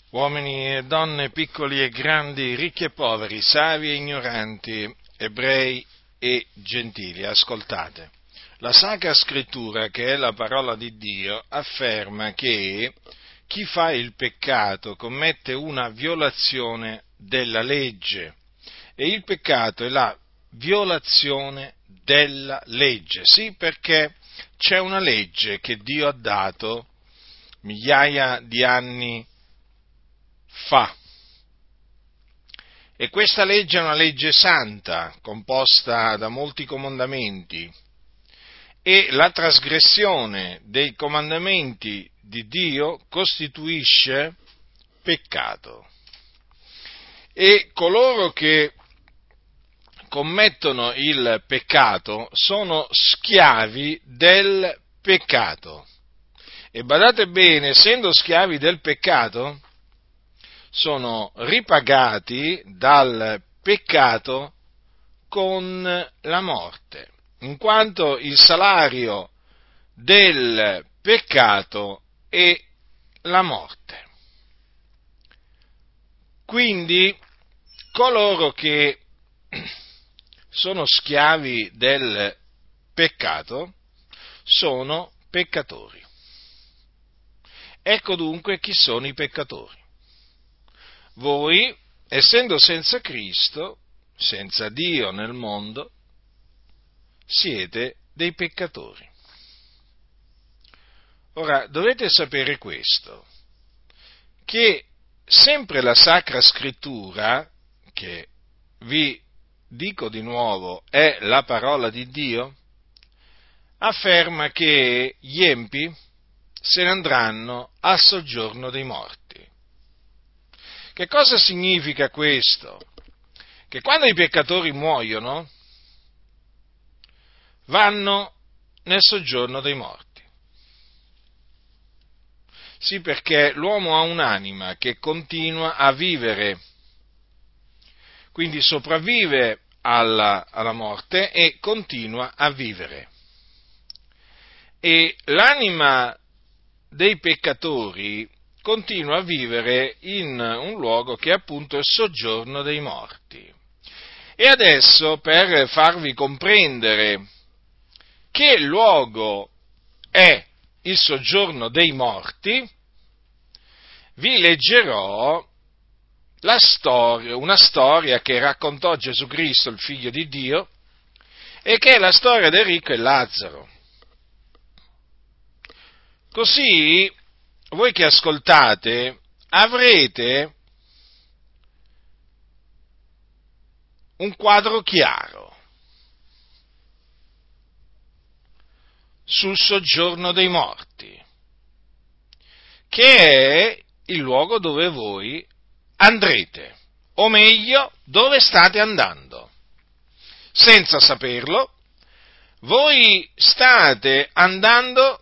Uomini e donne, piccoli e grandi, ricchi e poveri, savi e ignoranti, ebrei e gentili, ascoltate. La Sacra Scrittura, che è la parola di Dio, afferma che chi fa il peccato commette una violazione della legge, e il peccato è la violazione della legge, sì, perché c'è una legge che Dio ha dato migliaia di anni fa. E questa legge è una legge santa, composta da molti comandamenti, e la trasgressione dei comandamenti di Dio costituisce peccato. E coloro che commettono il peccato sono schiavi del peccato. E badate bene, essendo schiavi del peccato, sono ripagati dal peccato con la morte, in quanto il salario del peccato è la morte. Quindi coloro che sono schiavi del peccato sono peccatori. Ecco dunque chi sono i peccatori. Voi, essendo senza Cristo, senza Dio nel mondo, siete dei peccatori. Ora, dovete sapere questo, che sempre la Sacra Scrittura, che vi dico di nuovo è la parola di Dio, afferma che gli empi se ne andranno al soggiorno dei morti. Che cosa significa questo? Che quando i peccatori muoiono, vanno nel soggiorno dei morti. Sì, perché l'uomo ha un'anima che continua a vivere, quindi sopravvive alla morte e continua a vivere. E l'anima dei peccatori continua a vivere in un luogo che è appunto il soggiorno dei morti. E adesso, per farvi comprendere che luogo è il soggiorno dei morti, vi leggerò una storia che raccontò Gesù Cristo, il Figlio di Dio, e che è la storia del ricco e Lazzaro. Così voi che ascoltate avrete un quadro chiaro sul soggiorno dei morti, che è il luogo dove voi andrete, o meglio, dove state andando. Senza saperlo, voi state andando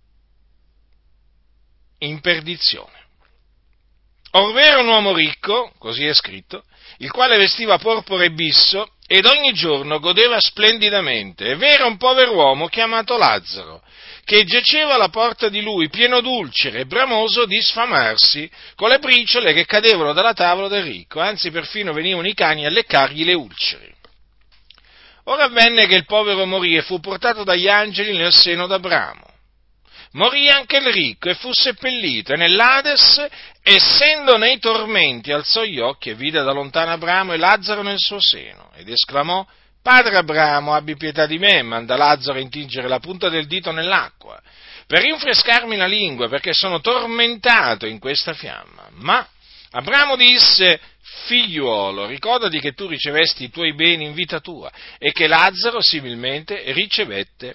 in perdizione. Orvero un uomo ricco, così è scritto, il quale vestiva porpora e bisso ed ogni giorno godeva splendidamente, e v'era un pover'uomo chiamato Lazzaro, che giaceva alla porta di lui pieno d'ulcere e bramoso di sfamarsi con le briciole che cadevano dalla tavola del ricco, anzi perfino venivano i cani a leccargli le ulceri. Ora avvenne che il povero morì e fu portato dagli angeli nel seno d'Abramo. Morì anche il ricco e fu seppellito, e nell'Ades, essendo nei tormenti, alzò gli occhi e vide da lontano Abramo e Lazzaro nel suo seno, ed esclamò: Padre Abramo, abbi pietà di me, e manda Lazzaro a intingere la punta del dito nell'acqua, per rinfrescarmi la lingua, perché sono tormentato in questa fiamma. Ma Abramo disse: Figliuolo, ricordati che tu ricevesti i tuoi beni in vita tua, e che Lazzaro similmente ricevette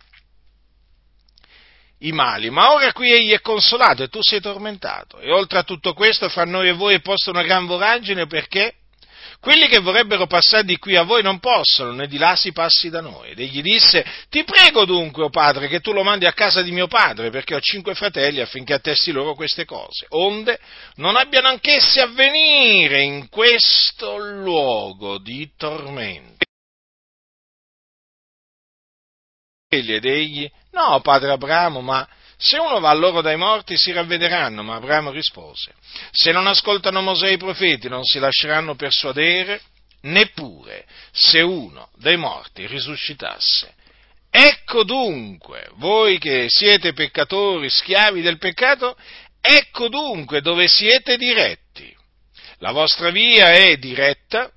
i mali, ma ora qui egli è consolato e tu sei tormentato. E oltre a tutto questo, fra noi e voi è posta una gran voragine, perché quelli che vorrebbero passare di qui a voi non possono, né di là si passi da noi. Ed egli disse: Ti prego dunque, o padre, che tu lo mandi a casa di mio padre, perché ho 5 fratelli, affinché attesti loro queste cose, onde non abbiano anch'essi a venire in questo luogo di tormento. Ed egli: No, padre Abramo, ma Se uno va a loro dai morti si ravvederanno, ma Abramo rispose, se non ascoltano Mosè e i profeti non si lasceranno persuadere, neppure se uno dei morti risuscitasse. Ecco dunque, voi che siete peccatori, schiavi del peccato, ecco dunque dove siete diretti. La vostra via è diretta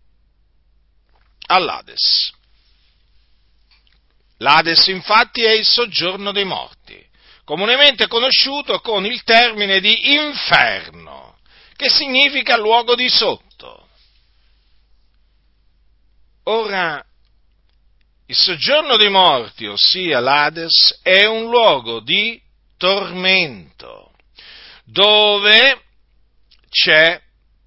all'Ades. L'Ades infatti è il soggiorno dei morti, comunemente conosciuto con il termine di inferno, che significa luogo di sotto. Ora, il soggiorno dei morti, ossia l'Ades, è un luogo di tormento, dove c'è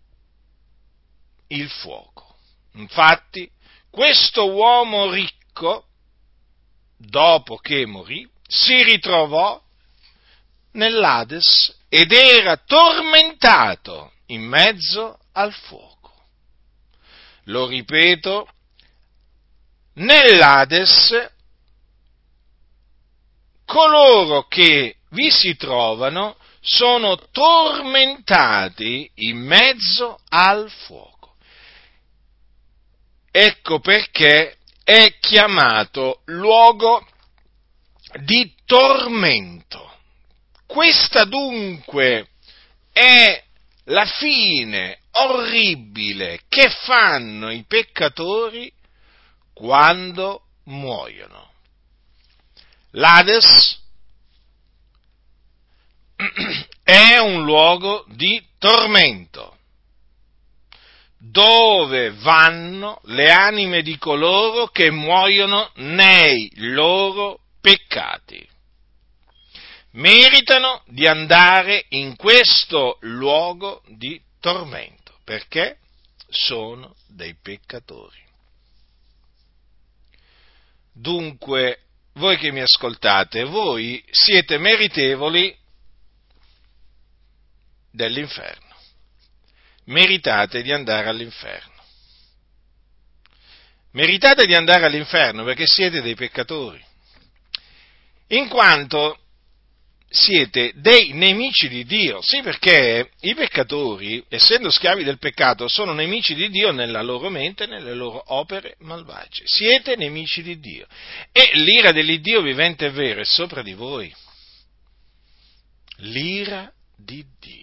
il fuoco. Infatti, questo uomo ricco, dopo che morì, si ritrovò nell'Ades ed era tormentato in mezzo al fuoco. Lo ripeto, nell'Ades coloro che vi si trovano sono tormentati in mezzo al fuoco. Ecco perché è chiamato luogo di tormento. Questa dunque è la fine orribile che fanno i peccatori quando muoiono. L'Ades è un luogo di tormento, dove vanno le anime di coloro che muoiono nei loro peccati. Meritano di andare in questo luogo di tormento, perché sono dei peccatori. Dunque, voi che mi ascoltate, voi siete meritevoli dell'inferno. Meritate di andare all'inferno. Meritate di andare all'inferno perché siete dei peccatori, in quanto siete dei nemici di Dio. Sì, perché i peccatori, essendo schiavi del peccato, sono nemici di Dio nella loro mente e nelle loro opere malvagie. Siete nemici di Dio. E l'ira dell'Iddio vivente e vero è sopra di voi. L'ira di Dio.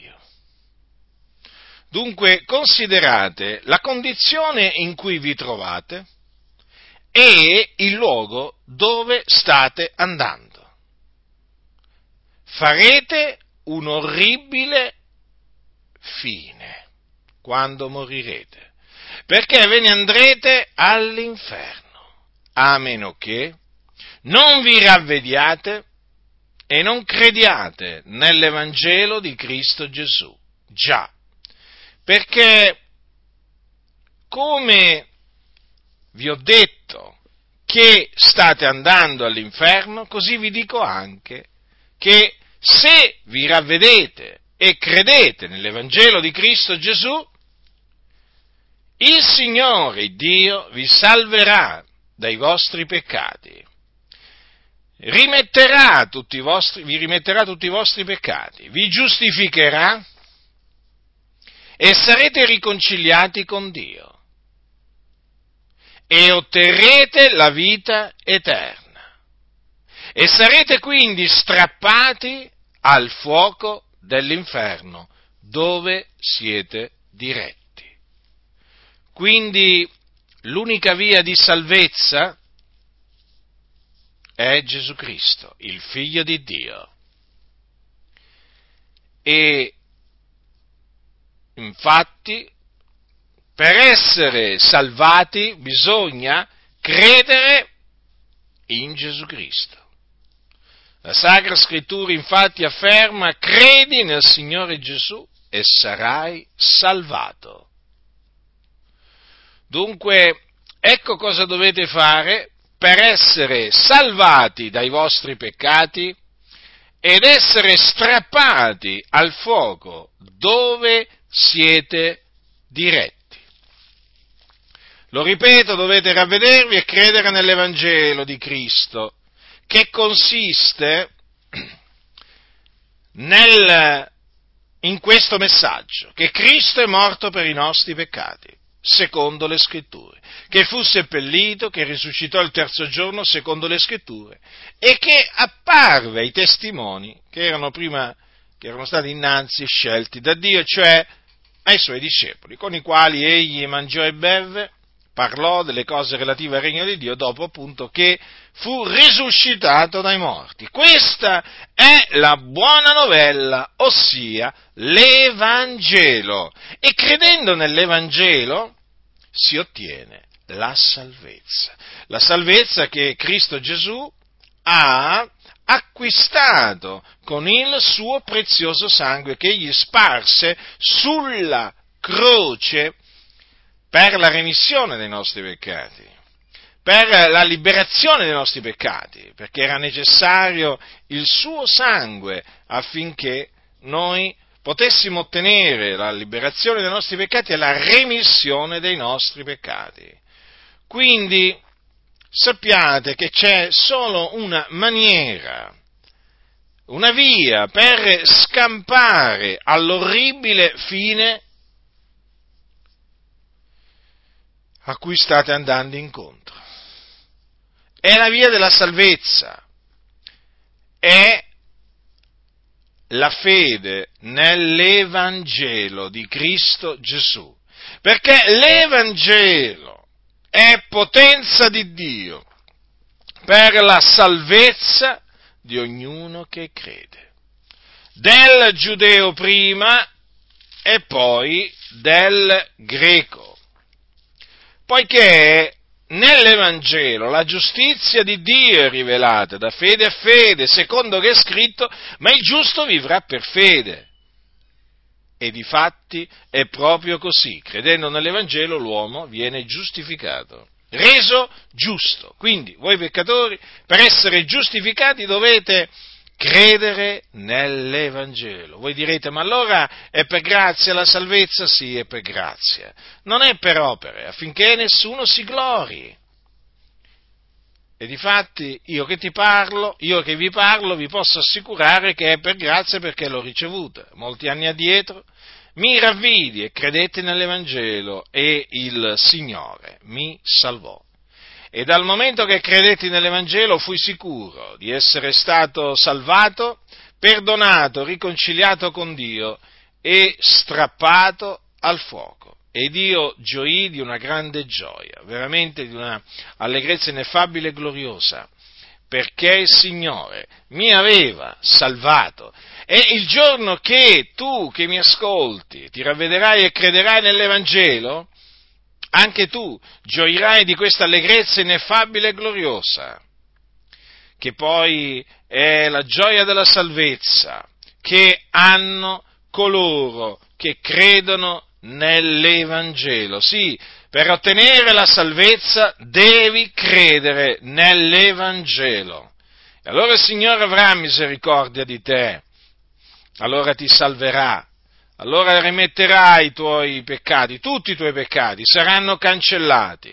Dunque, considerate la condizione in cui vi trovate e il luogo dove state andando. Farete un orribile fine quando morirete, perché ve ne andrete all'inferno, a meno che non vi ravvediate e non crediate nell'Evangelo di Cristo Gesù. Già, perché come vi ho detto che state andando all'inferno, così vi dico anche che se vi ravvedete e credete nell'Evangelo di Cristo Gesù, il Signore Dio vi salverà dai vostri peccati, vi rimetterà tutti i vostri peccati, vi giustificherà e sarete riconciliati con Dio e otterrete la vita eterna. E sarete quindi strappati al fuoco dell'inferno, dove siete diretti. Quindi l'unica via di salvezza è Gesù Cristo, il Figlio di Dio. E infatti, per essere salvati bisogna credere in Gesù Cristo. La Sacra Scrittura infatti afferma: credi nel Signore Gesù e sarai salvato. Dunque, ecco cosa dovete fare per essere salvati dai vostri peccati ed essere strappati al fuoco dove siete diretti. Lo ripeto, dovete ravvedervi e credere nell'Evangelo di Cristo, che consiste in questo messaggio, che Cristo è morto per i nostri peccati, secondo le Scritture, che fu seppellito, che risuscitò il terzo giorno, secondo le Scritture, e che apparve ai testimoni che erano stati innanzi scelti da Dio, cioè ai suoi discepoli, con i quali egli mangiò e bevve, parlò delle cose relative al regno di Dio, dopo appunto che fu risuscitato dai morti. Questa è la buona novella, ossia l'Evangelo. E credendo nell'Evangelo si ottiene la salvezza che Cristo Gesù ha acquistato con il suo prezioso sangue che egli sparse sulla croce per la remissione dei nostri peccati, per la liberazione dei nostri peccati, perché era necessario il suo sangue affinché noi potessimo ottenere la liberazione dei nostri peccati e la remissione dei nostri peccati. Quindi sappiate che c'è solo una maniera, una via per scampare all'orribile fine a cui state andando incontro. È la via della salvezza, è la fede nell'Evangelo di Cristo Gesù, perché l'Evangelo è potenza di Dio per la salvezza di ognuno che crede, del giudeo prima e poi del greco. Poiché nell'Evangelo la giustizia di Dio è rivelata da fede a fede, secondo che è scritto, ma il giusto vivrà per fede. E difatti è proprio così, credendo nell'Evangelo l'uomo viene giustificato, reso giusto. Quindi voi peccatori, per essere giustificati dovete credere nell'Evangelo. Voi direte, ma allora è per grazia la salvezza? Sì, è per grazia. Non è per opere, affinché nessuno si glori. E difatti io che vi parlo, vi posso assicurare che è per grazia perché l'ho ricevuta. Molti anni addietro mi ravvidi e credetti nell'Evangelo e il Signore mi salvò. E dal momento che credetti nell'Evangelo fui sicuro di essere stato salvato, perdonato, riconciliato con Dio e strappato al fuoco. Ed io gioii di una grande gioia, veramente di una allegrezza ineffabile e gloriosa, perché il Signore mi aveva salvato. E il giorno che tu, che mi ascolti, ti ravvederai e crederai nell'Evangelo, anche tu gioirai di questa allegrezza ineffabile e gloriosa, che poi è la gioia della salvezza che hanno coloro che credono nell'Evangelo. Sì, per ottenere la salvezza devi credere nell'Evangelo. E allora il Signore avrà misericordia di te, allora ti salverà. Allora rimetterai i tuoi peccati, tutti i tuoi peccati saranno cancellati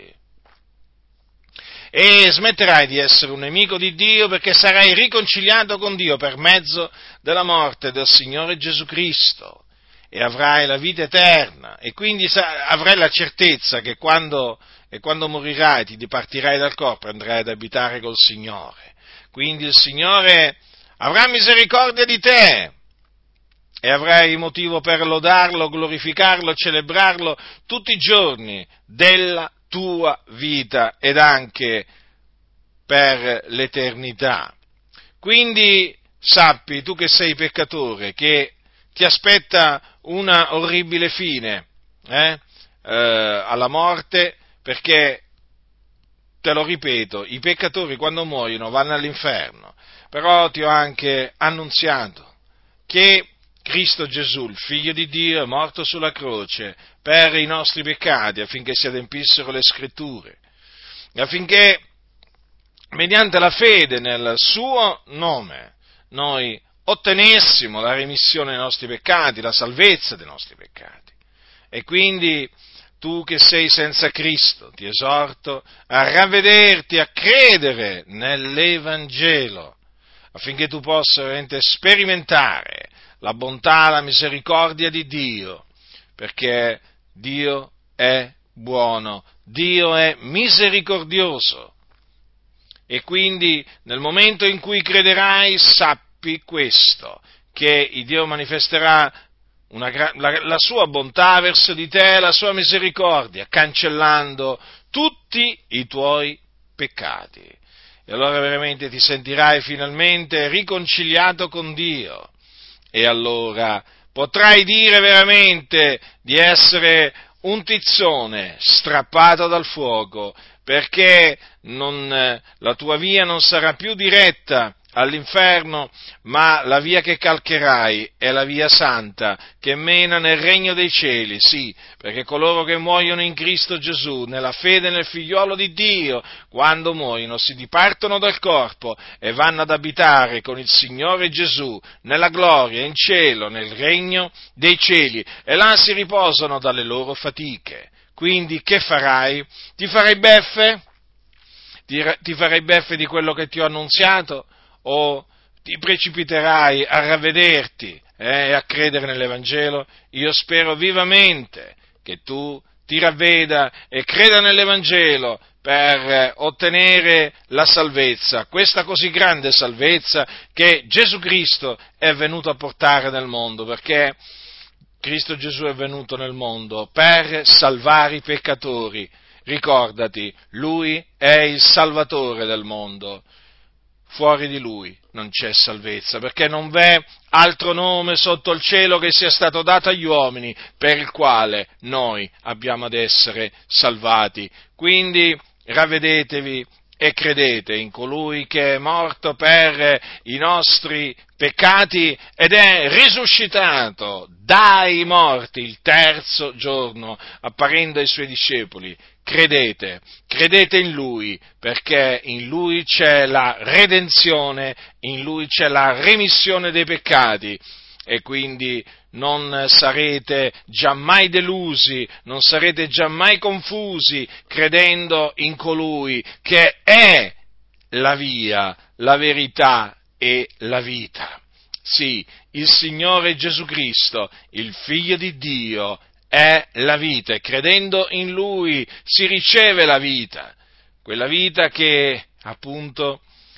e smetterai di essere un nemico di Dio perché sarai riconciliato con Dio per mezzo della morte del Signore Gesù Cristo e avrai la vita eterna e quindi avrai la certezza che quando morirai ti dipartirai dal corpo e andrai ad abitare col Signore. Quindi il Signore avrà misericordia di te e avrai motivo per lodarlo, glorificarlo, celebrarlo tutti i giorni della tua vita ed anche per l'eternità. Quindi sappi, tu che sei peccatore, che ti aspetta una orribile fine alla morte, perché, te lo ripeto, i peccatori quando muoiono vanno all'inferno, però ti ho anche annunziato che Cristo Gesù, il Figlio di Dio, è morto sulla croce per i nostri peccati affinché si adempissero le Scritture, affinché mediante la fede nel suo nome noi ottenessimo la remissione dei nostri peccati, la salvezza dei nostri peccati. E quindi tu che sei senza Cristo, ti esorto a ravvederti, a credere nell'Evangelo, affinché tu possa veramente sperimentare la bontà, la misericordia di Dio, perché Dio è buono, Dio è misericordioso. E quindi nel momento in cui crederai, sappi questo, che il Dio manifesterà la sua bontà verso di te, la sua misericordia, cancellando tutti i tuoi peccati. E allora veramente ti sentirai finalmente riconciliato con Dio. E allora potrai dire veramente di essere un tizzone strappato dal fuoco, perché la tua via non sarà più diretta all'inferno, ma la via che calcherai è la via santa che mena nel regno dei cieli, sì, perché coloro che muoiono in Cristo Gesù, nella fede nel figliuolo di Dio, quando muoiono si dipartono dal corpo e vanno ad abitare con il Signore Gesù nella gloria, in cielo, nel regno dei cieli, e là si riposano dalle loro fatiche. Quindi che farai? Ti farai beffe? Ti farai beffe di quello che ti ho annunziato? O ti precipiterai a ravvederti e a credere nell'Evangelo? Io spero vivamente che tu ti ravveda e creda nell'Evangelo per ottenere la salvezza, questa così grande salvezza che Gesù Cristo è venuto a portare nel mondo, perché Cristo Gesù è venuto nel mondo per salvare i peccatori. Ricordati, Lui è il Salvatore del mondo. Fuori di Lui non c'è salvezza, perché non v'è altro nome sotto il cielo che sia stato dato agli uomini per il quale noi abbiamo ad essere salvati. Quindi ravvedetevi e credete in colui che è morto per i nostri peccati ed è risuscitato dai morti il terzo giorno, apparendo ai suoi discepoli. Credete in Lui, perché in Lui c'è la redenzione, in Lui c'è la remissione dei peccati, e quindi non sarete giammai delusi, non sarete giammai confusi, credendo in colui che è la via, la verità e la vita. Sì, il Signore Gesù Cristo, il Figlio di Dio, è la vita, e credendo in Lui si riceve la vita, quella vita che appunto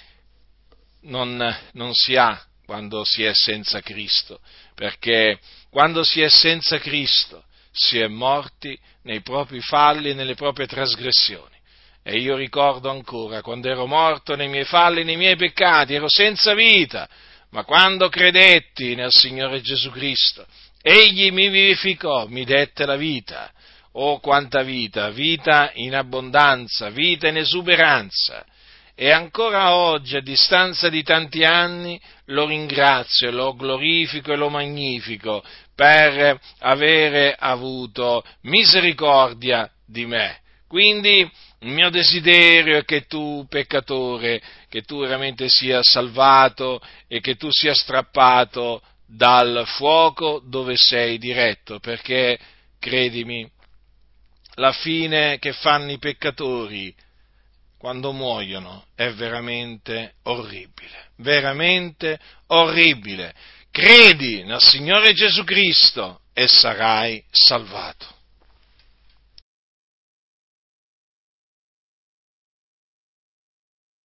non si ha quando si è senza Cristo, perché quando si è senza Cristo si è morti nei propri falli e nelle proprie trasgressioni. E io ricordo ancora, quando ero morto nei miei falli, nei miei peccati, ero senza vita, ma quando credetti nel Signore Gesù Cristo, Egli mi vivificò, mi dette la vita. Oh, quanta vita! Vita in abbondanza, vita in esuberanza. E ancora oggi, a distanza di tanti anni, lo ringrazio, lo glorifico e lo magnifico per avere avuto misericordia di me. Quindi il mio desiderio è che tu, peccatore, che tu veramente sia salvato e che tu sia strappato dal fuoco dove sei diretto, perché, credimi, la fine che fanno i peccatori quando muoiono è veramente orribile, veramente orribile. Credi nel Signore Gesù Cristo e sarai salvato.